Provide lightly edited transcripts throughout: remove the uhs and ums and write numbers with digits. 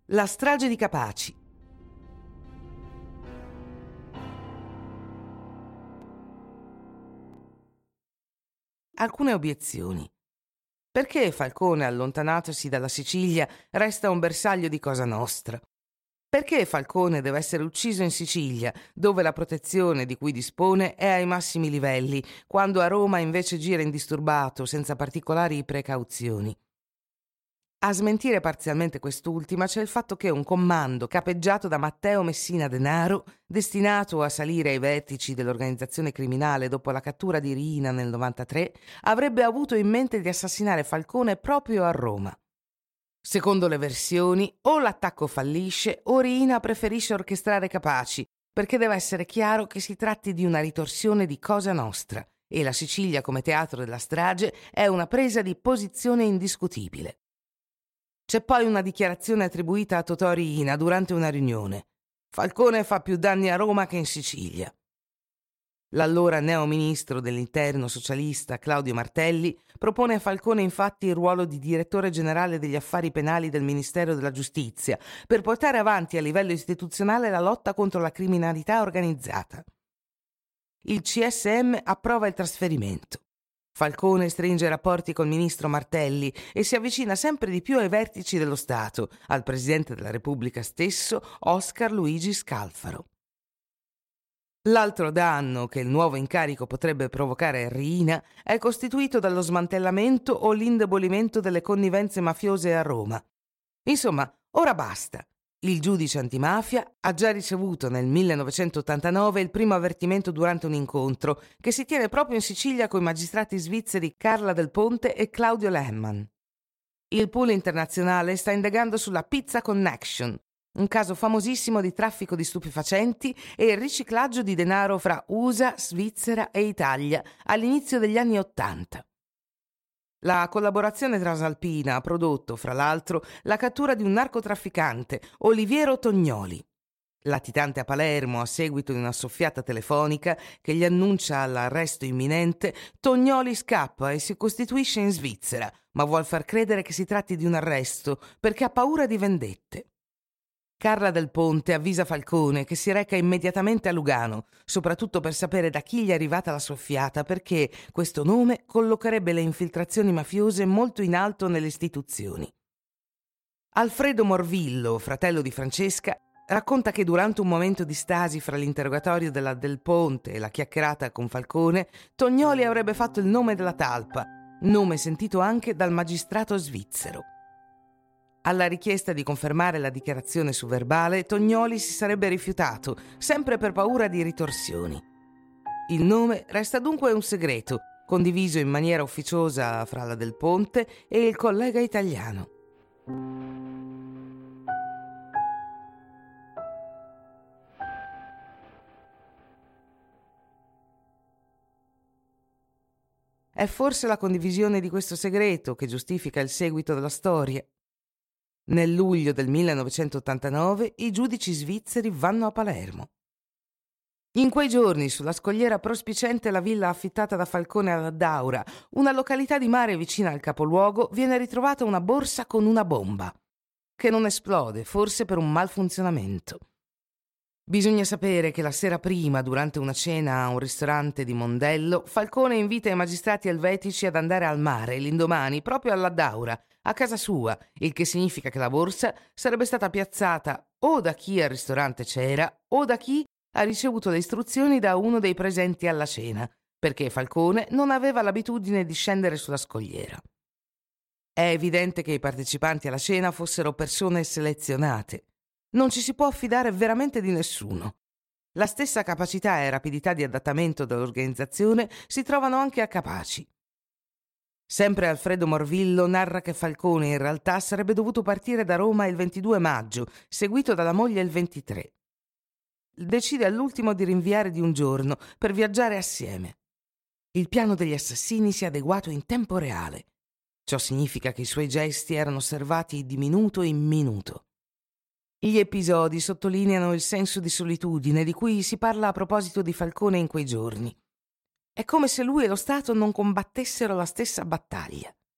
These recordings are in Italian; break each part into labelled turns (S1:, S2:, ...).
S1: La strage di Capaci. Alcune obiezioni. Perché Falcone, allontanatosi dalla Sicilia, resta un bersaglio di Cosa Nostra? Perché Falcone deve essere ucciso in Sicilia, dove la protezione di cui dispone è ai massimi livelli, quando a Roma invece gira indisturbato, senza particolari precauzioni? A smentire parzialmente quest'ultima c'è il fatto che un comando capeggiato da Matteo Messina Denaro, destinato a salire ai vertici dell'organizzazione criminale dopo la cattura di Riina nel 93, avrebbe avuto in mente di assassinare Falcone proprio a Roma. Secondo le versioni, o l'attacco fallisce o Riina preferisce orchestrare Capaci, perché deve essere chiaro che si tratti di una ritorsione di Cosa Nostra e la Sicilia come teatro della strage è una presa di posizione indiscutibile. C'è poi una dichiarazione attribuita a Totò Riina durante una riunione. Falcone fa più danni a Roma che in Sicilia. L'allora neoministro dell'Interno socialista Claudio Martelli propone a Falcone infatti il ruolo di direttore generale degli affari penali del Ministero della Giustizia per portare avanti a livello istituzionale la lotta contro la criminalità organizzata. Il CSM approva il trasferimento. Falcone stringe rapporti col ministro Martelli e si avvicina sempre di più ai vertici dello Stato, al Presidente della Repubblica stesso, Oscar Luigi Scalfaro. L'altro danno che il nuovo incarico potrebbe provocare a Riina è costituito dallo smantellamento o l'indebolimento delle connivenze mafiose a Roma. Insomma, ora basta. Il giudice antimafia ha già ricevuto nel 1989 il primo avvertimento durante un incontro che si tiene proprio in Sicilia con i magistrati svizzeri Carla Del Ponte e Claudio Lehmann. Il pool internazionale sta indagando sulla Pizza Connection, un caso famosissimo di traffico di stupefacenti e riciclaggio di denaro fra USA, Svizzera e Italia all'inizio degli anni '80. La collaborazione trasalpina ha prodotto, fra l'altro, la cattura di un narcotrafficante, Oliviero Tognoli. Latitante a Palermo a seguito di una soffiata telefonica che gli annuncia l'arresto imminente, Tognoli scappa e si costituisce in Svizzera, ma vuol far credere che si tratti di un arresto perché ha paura di vendette. Carla Del Ponte avvisa Falcone che si reca immediatamente a Lugano, soprattutto per sapere da chi gli è arrivata la soffiata, perché questo nome collocherebbe le infiltrazioni mafiose molto in alto nelle istituzioni. Alfredo Morvillo, fratello di Francesca, racconta che durante un momento di stasi fra l'interrogatorio della Del Ponte e la chiacchierata con Falcone, Tognoli avrebbe fatto il nome della talpa, nome sentito anche dal magistrato svizzero. Alla richiesta di confermare la dichiarazione su verbale, Tognoli si sarebbe rifiutato, sempre per paura di ritorsioni. Il nome resta dunque un segreto, condiviso in maniera ufficiosa fra la Del Ponte e il collega italiano. È forse la condivisione di questo segreto che giustifica il seguito della storia. Nel luglio del 1989 i giudici svizzeri vanno a Palermo. In quei giorni, sulla scogliera prospiciente la villa affittata da Falcone alla Daura, una località di mare vicina al capoluogo, viene ritrovata una borsa con una bomba, che non esplode, forse per un malfunzionamento. Bisogna sapere che la sera prima, durante una cena a un ristorante di Mondello, Falcone invita i magistrati elvetici ad andare al mare l'indomani, proprio alla Daura, a casa sua, il che significa che la borsa sarebbe stata piazzata o da chi al ristorante c'era o da chi ha ricevuto le istruzioni da uno dei presenti alla cena, perché Falcone non aveva l'abitudine di scendere sulla scogliera. È evidente che i partecipanti alla cena fossero persone selezionate. Non ci si può fidare veramente di nessuno. La stessa capacità e rapidità di adattamento dell'organizzazione si trovano anche a Capaci. Sempre Alfredo Morvillo narra che Falcone in realtà sarebbe dovuto partire da Roma il 22 maggio, seguito dalla moglie il 23. Decide all'ultimo di rinviare di un giorno per viaggiare assieme. Il piano degli assassini si è adeguato in tempo reale. Ciò significa che i suoi gesti erano osservati di minuto in minuto. Gli episodi sottolineano il senso di solitudine di cui si parla a proposito di Falcone in quei giorni. È come se lui e lo Stato non combattessero la stessa battaglia.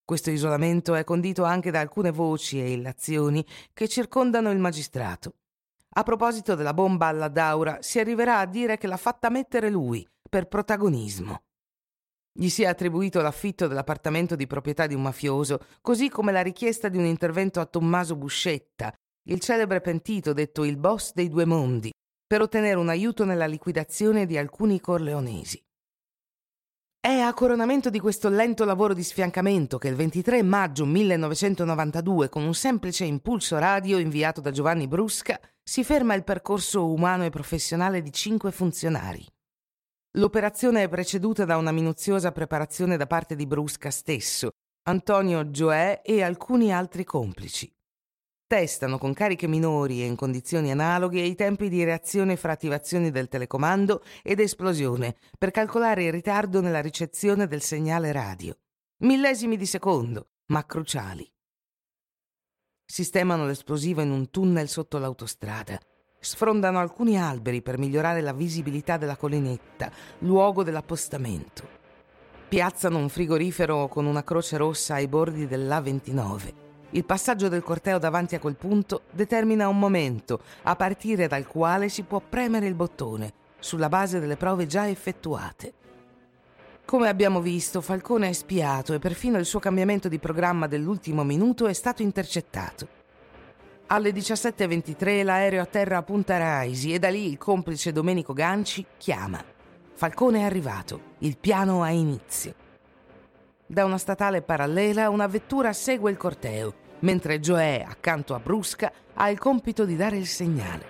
S1: Questo isolamento è condito anche da alcune voci e illazioni che circondano il magistrato. A proposito della bomba alla Daura, si arriverà a dire che l'ha fatta mettere lui, per protagonismo. Gli si è attribuito l'affitto dell'appartamento di proprietà di un mafioso, così come la richiesta di un intervento a Tommaso Buscetta, il celebre pentito detto il boss dei due mondi, per ottenere un aiuto nella liquidazione di alcuni corleonesi. È a coronamento di questo lento lavoro di sfiancamento che il 23 maggio 1992, con un semplice impulso radio inviato da Giovanni Brusca, si ferma il percorso umano e professionale di 5 funzionari. L'operazione è preceduta da una minuziosa preparazione da parte di Brusca stesso, Antonio Gioè e alcuni altri complici. Testano con cariche minori e in condizioni analoghe i tempi di reazione fra attivazioni del telecomando ed esplosione per calcolare il ritardo nella ricezione del segnale radio. Millesimi di secondo, ma cruciali. Sistemano l'esplosivo in un tunnel sotto l'autostrada. Sfrondano alcuni alberi per migliorare la visibilità della collinetta, luogo dell'appostamento. Piazzano un frigorifero con una croce rossa ai bordi dell'A29. Il passaggio del corteo davanti a quel punto determina un momento a partire dal quale si può premere il bottone, sulla base delle prove già effettuate. Come abbiamo visto, Falcone è spiato e perfino il suo cambiamento di programma dell'ultimo minuto è stato intercettato. Alle 17:23 l'aereo atterra a Punta Raisi e da lì il complice Domenico Ganci chiama. Falcone è arrivato, il piano ha inizio. Da una statale parallela una vettura segue il corteo, mentre Gioè, accanto a Brusca, ha il compito di dare il segnale.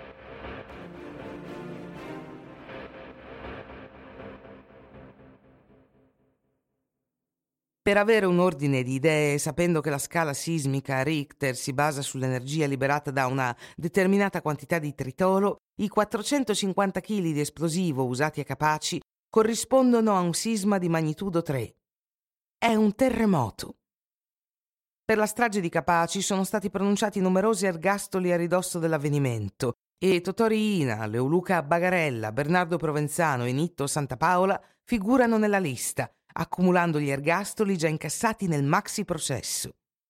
S1: Per avere un ordine di idee, sapendo che la scala sismica a Richter si basa sull'energia liberata da una determinata quantità di tritolo, i 450 kg di esplosivo usati a Capaci corrispondono a un sisma di magnitudo 3. È un terremoto. Per la strage di Capaci sono stati pronunciati numerosi ergastoli a ridosso dell'avvenimento e Totò Riina, Leoluca Bagarella, Bernardo Provenzano e Nitto Santapaola figurano nella lista, accumulando gli ergastoli già incassati nel maxi processo.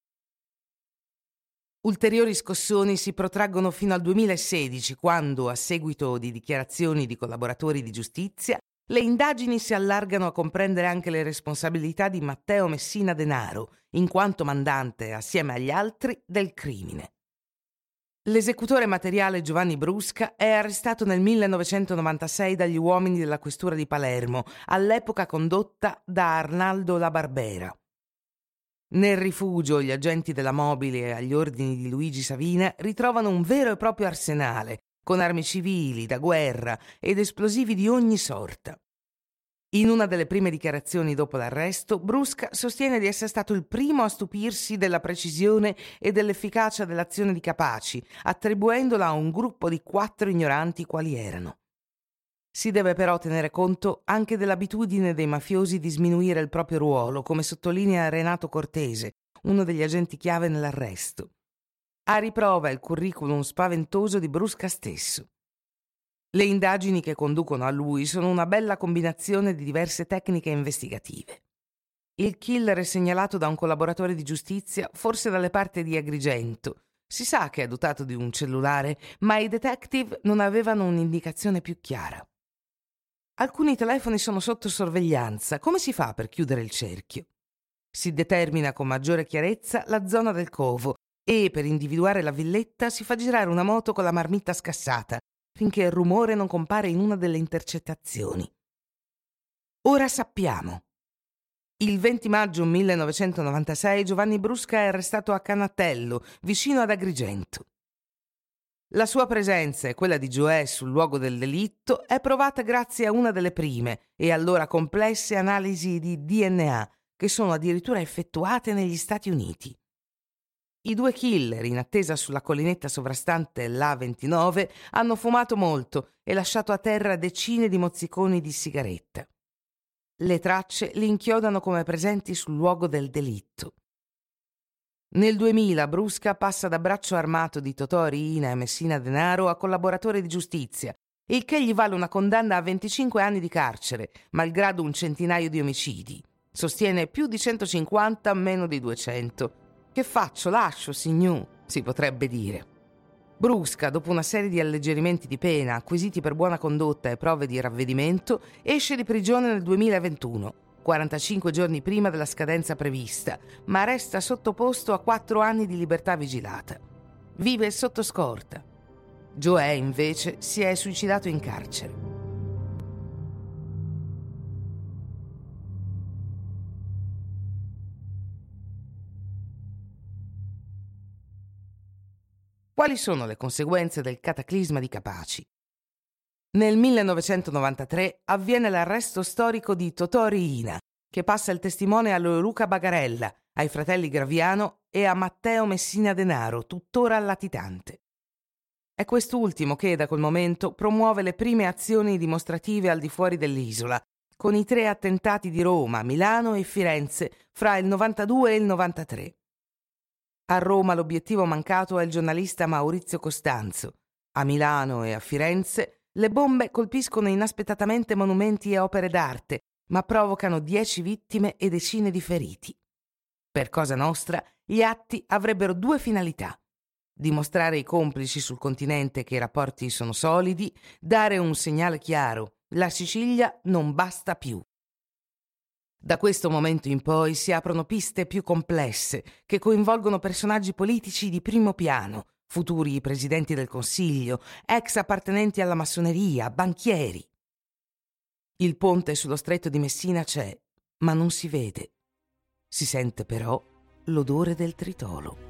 S1: Ulteriori scossoni si protraggono fino al 2016, quando, a seguito di dichiarazioni di collaboratori di giustizia, le indagini si allargano a comprendere anche le responsabilità di Matteo Messina Denaro, in quanto mandante, assieme agli altri, del crimine. L'esecutore materiale Giovanni Brusca è arrestato nel 1996 dagli uomini della questura di Palermo, all'epoca condotta da Arnaldo La Barbera. Nel rifugio gli agenti della Mobile agli ordini di Luigi Savina ritrovano un vero e proprio arsenale, con armi civili, da guerra ed esplosivi di ogni sorta. In una delle prime dichiarazioni dopo l'arresto, Brusca sostiene di essere stato il primo a stupirsi della precisione e dell'efficacia dell'azione di Capaci, attribuendola a un gruppo di 4 ignoranti quali erano. Si deve però tenere conto anche dell'abitudine dei mafiosi di sminuire il proprio ruolo, come sottolinea Renato Cortese, uno degli agenti chiave nell'arresto. A riprova il curriculum spaventoso di Brusca stesso. Le indagini che conducono a lui sono una bella combinazione di diverse tecniche investigative. Il killer è segnalato da un collaboratore di giustizia, forse dalle parti di Agrigento. Si sa che è dotato di un cellulare, ma i detective non avevano un'indicazione più chiara. Alcuni telefoni sono sotto sorveglianza. Come si fa per chiudere il cerchio? Si determina con maggiore chiarezza la zona del covo e, per individuare la villetta, si fa girare una moto con la marmitta scassata, finché il rumore non compare in una delle intercettazioni. Ora sappiamo. Il 20 maggio 1996 Giovanni Brusca è arrestato a Canatello, vicino ad Agrigento. La sua presenza e quella di Gioè sul luogo del delitto è provata grazie a una delle prime e allora complesse analisi di DNA, che sono addirittura effettuate negli Stati Uniti. I 2 killer, in attesa sulla collinetta sovrastante l'A29, hanno fumato molto e lasciato a terra decine di mozziconi di sigaretta. Le tracce li inchiodano come presenti sul luogo del delitto. Nel 2000 Brusca passa da braccio armato di Totò Riina e Messina Denaro a collaboratore di giustizia, il che gli vale una condanna a 25 anni di carcere, malgrado un centinaio di omicidi. Sostiene più di 150 meno di 200. Che faccio, lascio, signù, si potrebbe dire. Brusca, dopo una serie di alleggerimenti di pena acquisiti per buona condotta e prove di ravvedimento, esce di prigione nel 2021, 45 giorni prima della scadenza prevista, ma resta sottoposto a 4 anni di libertà vigilata. Vive sotto scorta. Joe, invece, si è suicidato in carcere. Quali sono le conseguenze del cataclisma di Capaci? Nel 1993 avviene l'arresto storico di Totò Riina, che passa il testimone a Leoluca Bagarella, ai fratelli Graviano e a Matteo Messina Denaro, tuttora latitante. È quest'ultimo che, da quel momento, promuove le prime azioni dimostrative al di fuori dell'isola, con i 3 attentati di Roma, Milano e Firenze fra il 92 e il 93. A Roma l'obiettivo mancato è il giornalista Maurizio Costanzo. A Milano e a Firenze le bombe colpiscono inaspettatamente monumenti e opere d'arte, ma provocano 10 vittime e decine di feriti. Per Cosa Nostra, gli atti avrebbero 2 finalità: dimostrare ai complici sul continente che i rapporti sono solidi, dare un segnale chiaro: la Sicilia non basta più. Da questo momento in poi si aprono piste più complesse che coinvolgono personaggi politici di primo piano, futuri presidenti del Consiglio, ex appartenenti alla massoneria, banchieri. Il ponte sullo stretto di Messina c'è, ma non si vede. Si sente però l'odore del tritolo.